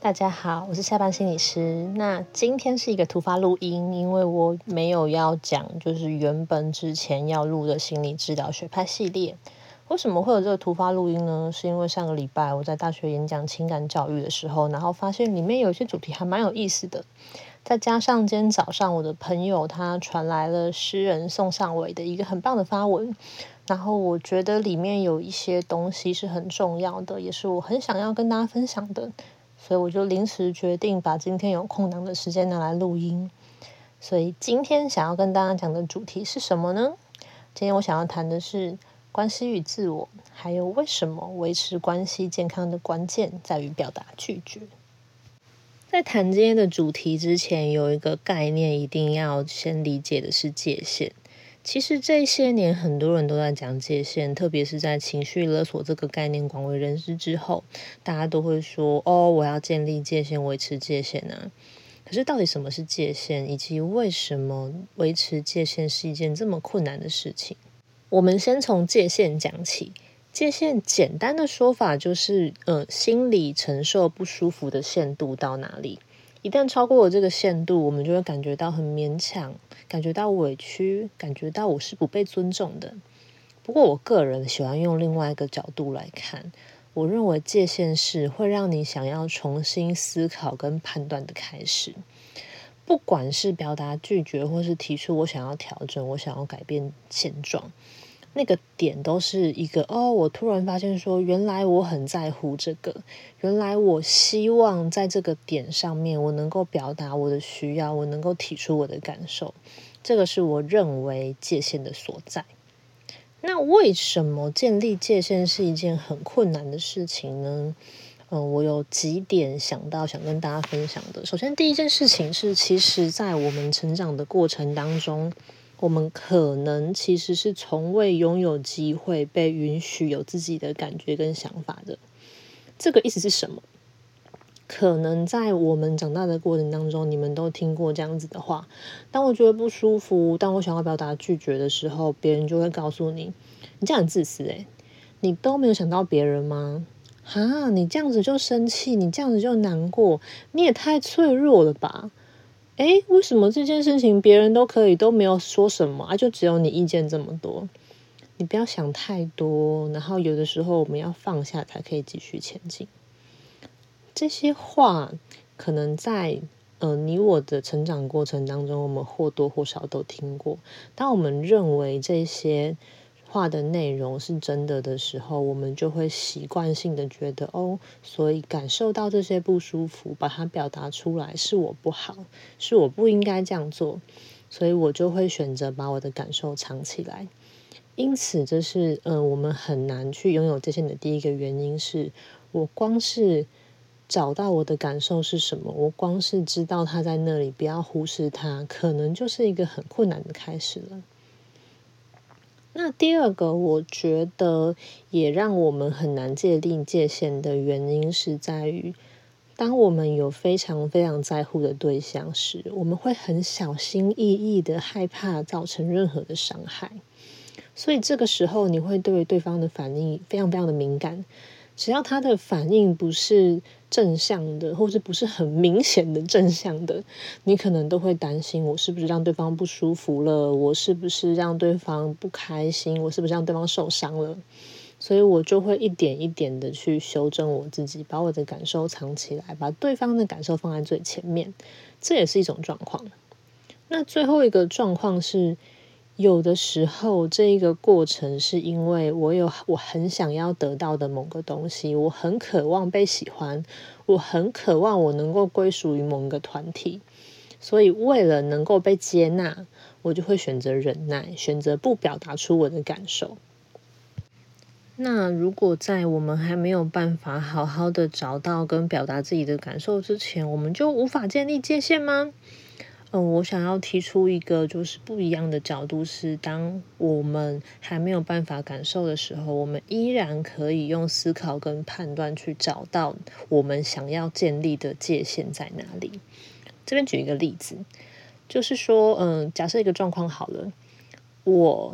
大家好，我是下班心理师。那今天是一个突发录音，因为我没有要讲就是原本之前要录的心理治疗学派系列。为什么会有这个突发录音呢？是因为上个礼拜我在大学演讲情感教育的时候，然后发现里面有一些主题还蛮有意思的。再加上今天早上我的朋友他传来了诗人宋尚伟的一个很棒的发文，然后我觉得里面有一些东西是很重要的，也是我很想要跟大家分享的。所以我就临时决定把今天有空档的时间拿来录音。所以今天想要跟大家讲的主题是什么呢？今天我想要谈的是关系与自我，还有为什么维持关系健康的关键在于表达拒绝。在谈今天的主题之前，有一个概念一定要先理解的是界限。其实这些年很多人都在讲界限，特别是在情绪勒索这个概念广为人知之后，大家都会说我要建立界限，维持界限啊。可是到底什么是界限，以及为什么维持界限是一件这么困难的事情？我们先从界限讲起。界限简单的说法就是心理承受不舒服的限度到哪里。一旦超过了这个限度，我们就会感觉到很勉强，感觉到委屈，感觉到我是不被尊重的。不过我个人喜欢用另外一个角度来看，我认为界限是会让你想要重新思考跟判断的开始。不管是表达拒绝，或是提出我想要调整，我想要改变现状，那个点都是一个我突然发现说，原来我很在乎这个，原来我希望在这个点上面我能够表达我的需要，我能够提出我的感受，这个是我认为界限的所在。那为什么建立界限是一件很困难的事情呢？我有几点想跟大家分享的。首先第一件事情是，其实在我们成长的过程当中，我们可能其实是从未拥有机会被允许有自己的感觉跟想法的。这个意思是什么？可能在我们长大的过程当中，你们都听过这样子的话：当我觉得不舒服，当我想要表达拒绝的时候，别人就会告诉你，你这样很自私你都没有想到别人吗？你这样子就生气，你这样子就难过，你也太脆弱了吧。为什么这件事情别人都可以，都没有说什么就只有你意见这么多？你不要想太多，然后有的时候我们要放下才可以继续前进。这些话可能在你我的成长过程当中，我们或多或少都听过。当我们认为这些话的内容是真的时候，我们就会习惯性的觉得所以感受到这些不舒服，把它表达出来是我不好，是我不应该这样做，所以我就会选择把我的感受藏起来。因此这是我们很难去拥有界限的第一个原因，是我光是找到我的感受是什么，我光是知道它在那里，不要忽视它，可能就是一个很困难的开始了。那第二个我觉得也让我们很难界定界限的原因是在于，当我们有非常非常在乎的对象时，我们会很小心翼翼的害怕造成任何的伤害，所以这个时候你会对对方的反应非常非常的敏感。只要他的反应不是正向的，或是不是很明显的正向的，你可能都会担心，我是不是让对方不舒服了，我是不是让对方不开心，我是不是让对方受伤了。所以我就会一点一点的去修正我自己，把我的感受藏起来，把对方的感受放在最前面，这也是一种状况。那最后一个状况是，有的时候这一个过程是因为我很想要得到的某个东西，我很渴望被喜欢，我很渴望我能够归属于某个团体，所以为了能够被接纳，我就会选择忍耐，选择不表达出我的感受。那如果在我们还没有办法好好的找到跟表达自己的感受之前，我们就无法建立界限吗？我想要提出一个就是不一样的角度，是当我们还没有办法感受的时候，我们依然可以用思考跟判断去找到我们想要建立的界限在哪里。这边举一个例子，就是说假设一个状况好了，我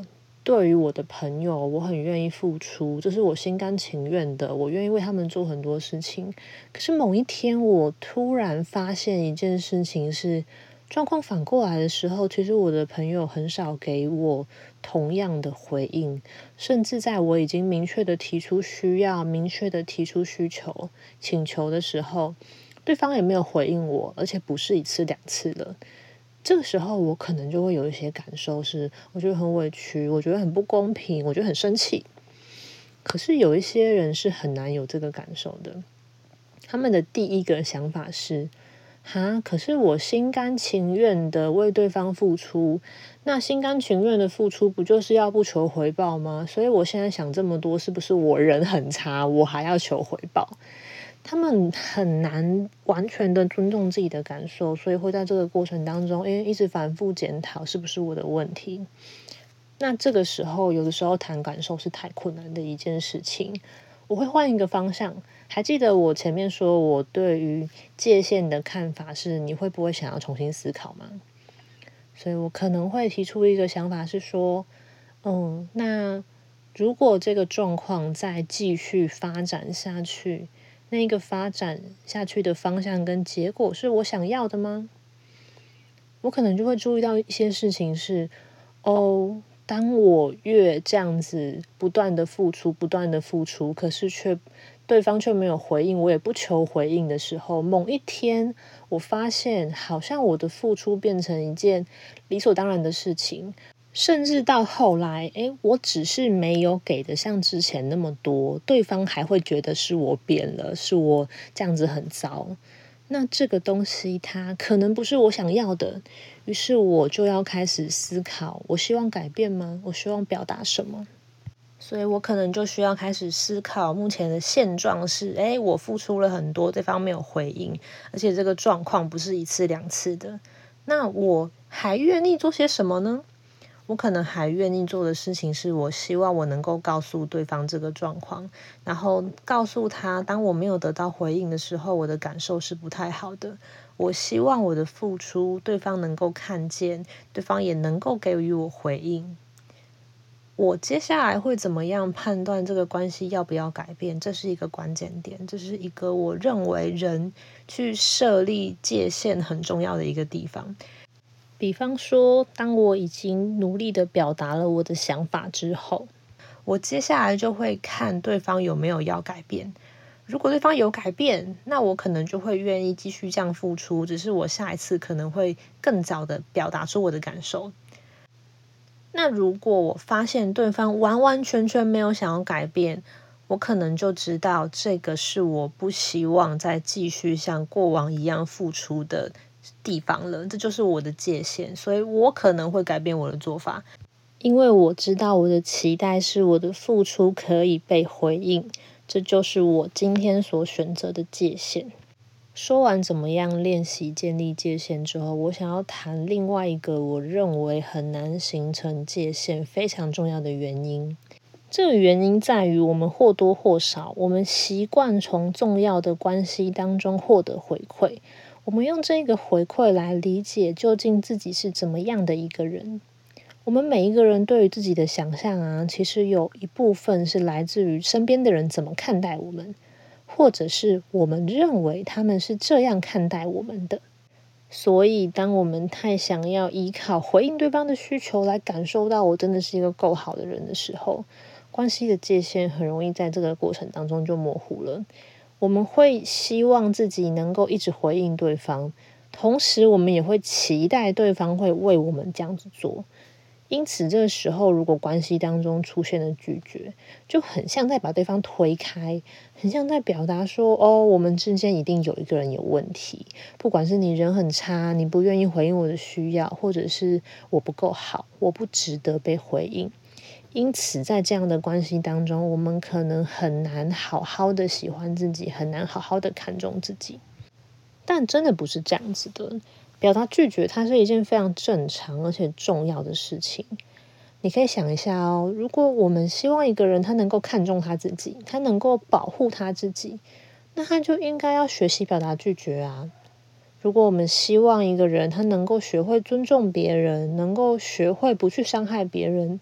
对于我的朋友，我很愿意付出，这是我心甘情愿的，我愿意为他们做很多事情。可是某一天，我突然发现一件事情是，状况反过来的时候，其实我的朋友很少给我同样的回应，甚至在我已经明确的提出需要、明确的提出需求、请求的时候，对方也没有回应我，而且不是一次两次了。这个时候我可能就会有一些感受是，我觉得很委屈，我觉得很不公平，我觉得很生气。可是有一些人是很难有这个感受的，他们的第一个想法是，可是我心甘情愿的为对方付出，那心甘情愿的付出不就是要不求回报吗？所以我现在想这么多，是不是我人很差，我还要求回报？他们很难完全的尊重自己的感受，所以会在这个过程当中，一直反复检讨是不是我的问题。那这个时候，有的时候谈感受是太困难的一件事情。我会换一个方向。还记得我前面说我对于界限的看法是，你会不会想要重新思考吗？所以我可能会提出一个想法是说，那如果这个状况再继续发展下去，那个发展下去的方向跟结果是我想要的吗？我可能就会注意到一些事情是，当我越这样子不断的付出，可是对方却没有回应，我也不求回应的时候，某一天我发现好像我的付出变成一件理所当然的事情，甚至到后来，我只是没有给的像之前那么多，对方还会觉得是我变了，是我这样子很糟。那这个东西它可能不是我想要的，于是我就要开始思考，我希望改变吗？我希望表达什么？所以我可能就需要开始思考目前的现状是，我付出了很多，对方没有回应，而且这个状况不是一次两次的，那我还愿意做些什么呢？我可能还愿意做的事情是，我希望我能够告诉对方这个状况，然后告诉他，当我没有得到回应的时候，我的感受是不太好的。我希望我的付出，对方能够看见，对方也能够给予我回应。我接下来会怎么样判断这个关系要不要改变？这是一个关键点，这是一个我认为人去设立界限很重要的一个地方。比方说，当我已经努力的表达了我的想法之后，我接下来就会看对方有没有要改变。如果对方有改变，那我可能就会愿意继续这样付出，只是我下一次可能会更早的表达出我的感受。那如果我发现对方完完全全没有想要改变，我可能就知道这个是我不希望再继续像过往一样付出的地方了，这就是我的界限，所以我可能会改变我的做法，因为我知道我的期待是我的付出可以被回应，这就是我今天所选择的界限。说完怎么样练习建立界限之后，我想要谈另外一个我认为很难形成界限非常重要的原因。这个原因在于我们或多或少，我们习惯从重要的关系当中获得回馈，我们用这个回馈来理解究竟自己是怎么样的一个人。我们每一个人对于自己的想象其实有一部分是来自于身边的人怎么看待我们，或者是我们认为他们是这样看待我们的。所以当我们太想要依靠回应对方的需求来感受到我真的是一个够好的人的时候，关系的界限很容易在这个过程当中就模糊了。我们会希望自己能够一直回应对方，同时我们也会期待对方会为我们这样子做。因此这个时候如果关系当中出现了拒绝，就很像在把对方推开，很像在表达说，我们之间一定有一个人有问题，不管是你人很差，你不愿意回应我的需要，或者是我不够好，我不值得被回应。因此在这样的关系当中，我们可能很难好好的喜欢自己，很难好好的看重自己。但真的不是这样子的，表达拒绝它是一件非常正常而且重要的事情。你可以想一下如果我们希望一个人他能够看重他自己，他能够保护他自己，那他就应该要学习表达拒绝啊。如果我们希望一个人他能够学会尊重别人，能够学会不去伤害别人，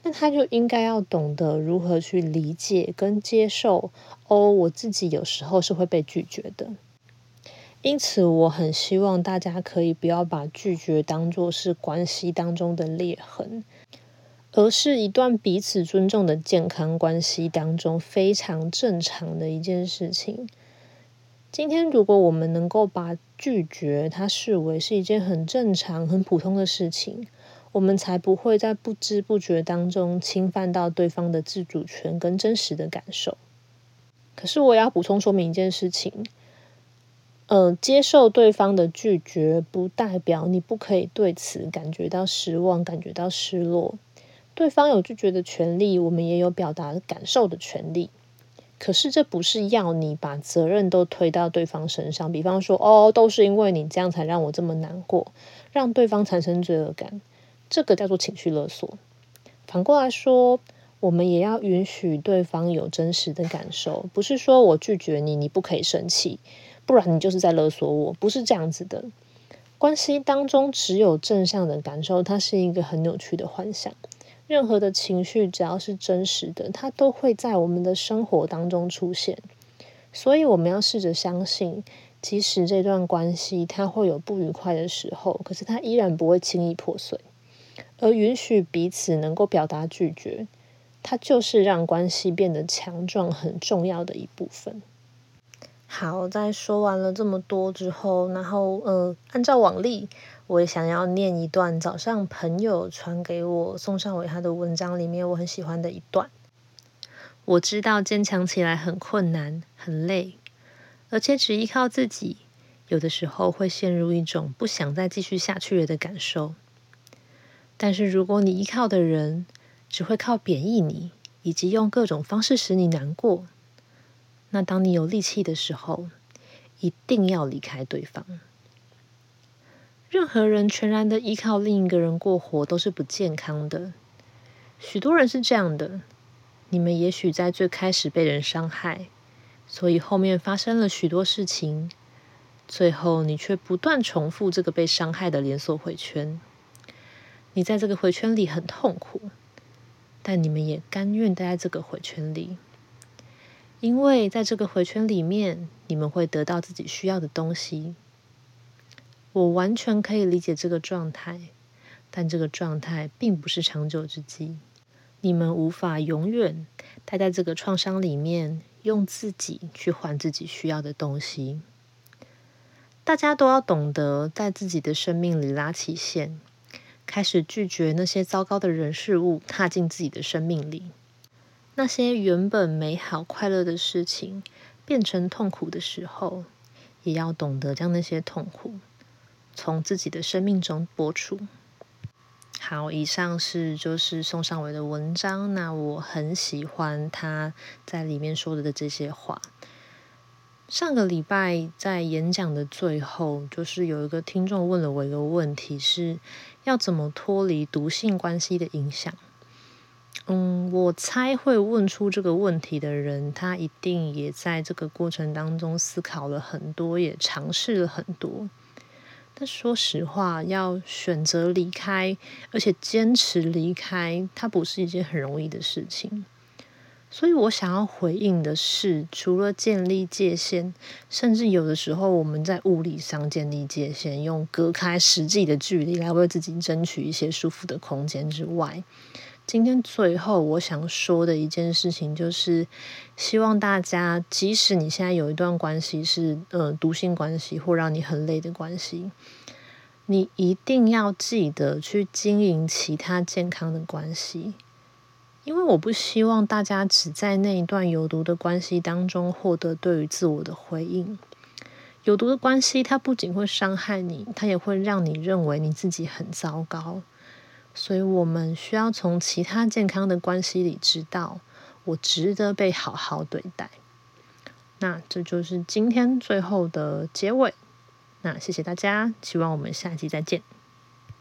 那他就应该要懂得如何去理解跟接受，我自己有时候是会被拒绝的。因此我很希望大家可以不要把拒绝当作是关系当中的裂痕，而是一段彼此尊重的健康关系当中非常正常的一件事情。今天如果我们能够把拒绝它视为是一件很正常很普通的事情，我们才不会在不知不觉当中侵犯到对方的自主权跟真实的感受。可是我也要补充说明一件事情，接受对方的拒绝不代表你不可以对此感觉到失望，感觉到失落。对方有拒绝的权利，我们也有表达感受的权利。可是这不是要你把责任都推到对方身上，比方说都是因为你这样才让我这么难过，让对方产生罪恶感，这个叫做情绪勒索。反过来说，我们也要允许对方有真实的感受，不是说我拒绝你，你不可以生气，不然你就是在勒索我，不是这样子的。关系当中只有正向的感受，它是一个很扭曲的幻想。任何的情绪只要是真实的，它都会在我们的生活当中出现。所以我们要试着相信，即使这段关系它会有不愉快的时候，可是它依然不会轻易破碎。而允许彼此能够表达拒绝，它就是让关系变得强壮很重要的一部分。好，在说完了这么多之后，然后按照往例，我也想要念一段早上朋友传给我宋尚伟他的文章里面我很喜欢的一段。我知道坚强起来很困难很累，而且只依靠自己，有的时候会陷入一种不想再继续下去了的感受。但是如果你依靠的人只会靠贬义你，以及用各种方式使你难过，那当你有力气的时候，一定要离开对方。任何人全然的依靠另一个人过活都是不健康的。许多人是这样的，你们也许在最开始被人伤害，所以后面发生了许多事情，最后你却不断重复这个被伤害的连锁回圈。你在这个回圈里很痛苦，但你们也甘愿待在这个回圈里。因为在这个回圈里面，你们会得到自己需要的东西。我完全可以理解这个状态，但这个状态并不是长久之计。你们无法永远待在这个创伤里面，用自己去换自己需要的东西。大家都要懂得在自己的生命里拉起线，开始拒绝那些糟糕的人事物踏进自己的生命里。那些原本美好快乐的事情变成痛苦的时候，也要懂得将那些痛苦从自己的生命中拨除。好，以上就是宋尚伟的文章，那我很喜欢他在里面说的这些话。上个礼拜在演讲的最后，就是有一个听众问了我一个问题，是要怎么脱离毒性关系的影响。我猜会问出这个问题的人，他一定也在这个过程当中思考了很多，也尝试了很多。但说实话，要选择离开，而且坚持离开，它不是一件很容易的事情。所以我想要回应的是，除了建立界限，甚至有的时候我们在物理上建立界限，用隔开实际的距离来为自己争取一些舒服的空间之外，今天最后我想说的一件事情就是，希望大家即使你现在有一段关系是毒性关系或让你很累的关系，你一定要记得去经营其他健康的关系。因为我不希望大家只在那一段有毒的关系当中获得对于自我的回应。有毒的关系它不仅会伤害你，它也会让你认为你自己很糟糕。所以我们需要从其他健康的关系里知道，我值得被好好对待。那这就是今天最后的结尾。那谢谢大家，希望我们下期再见。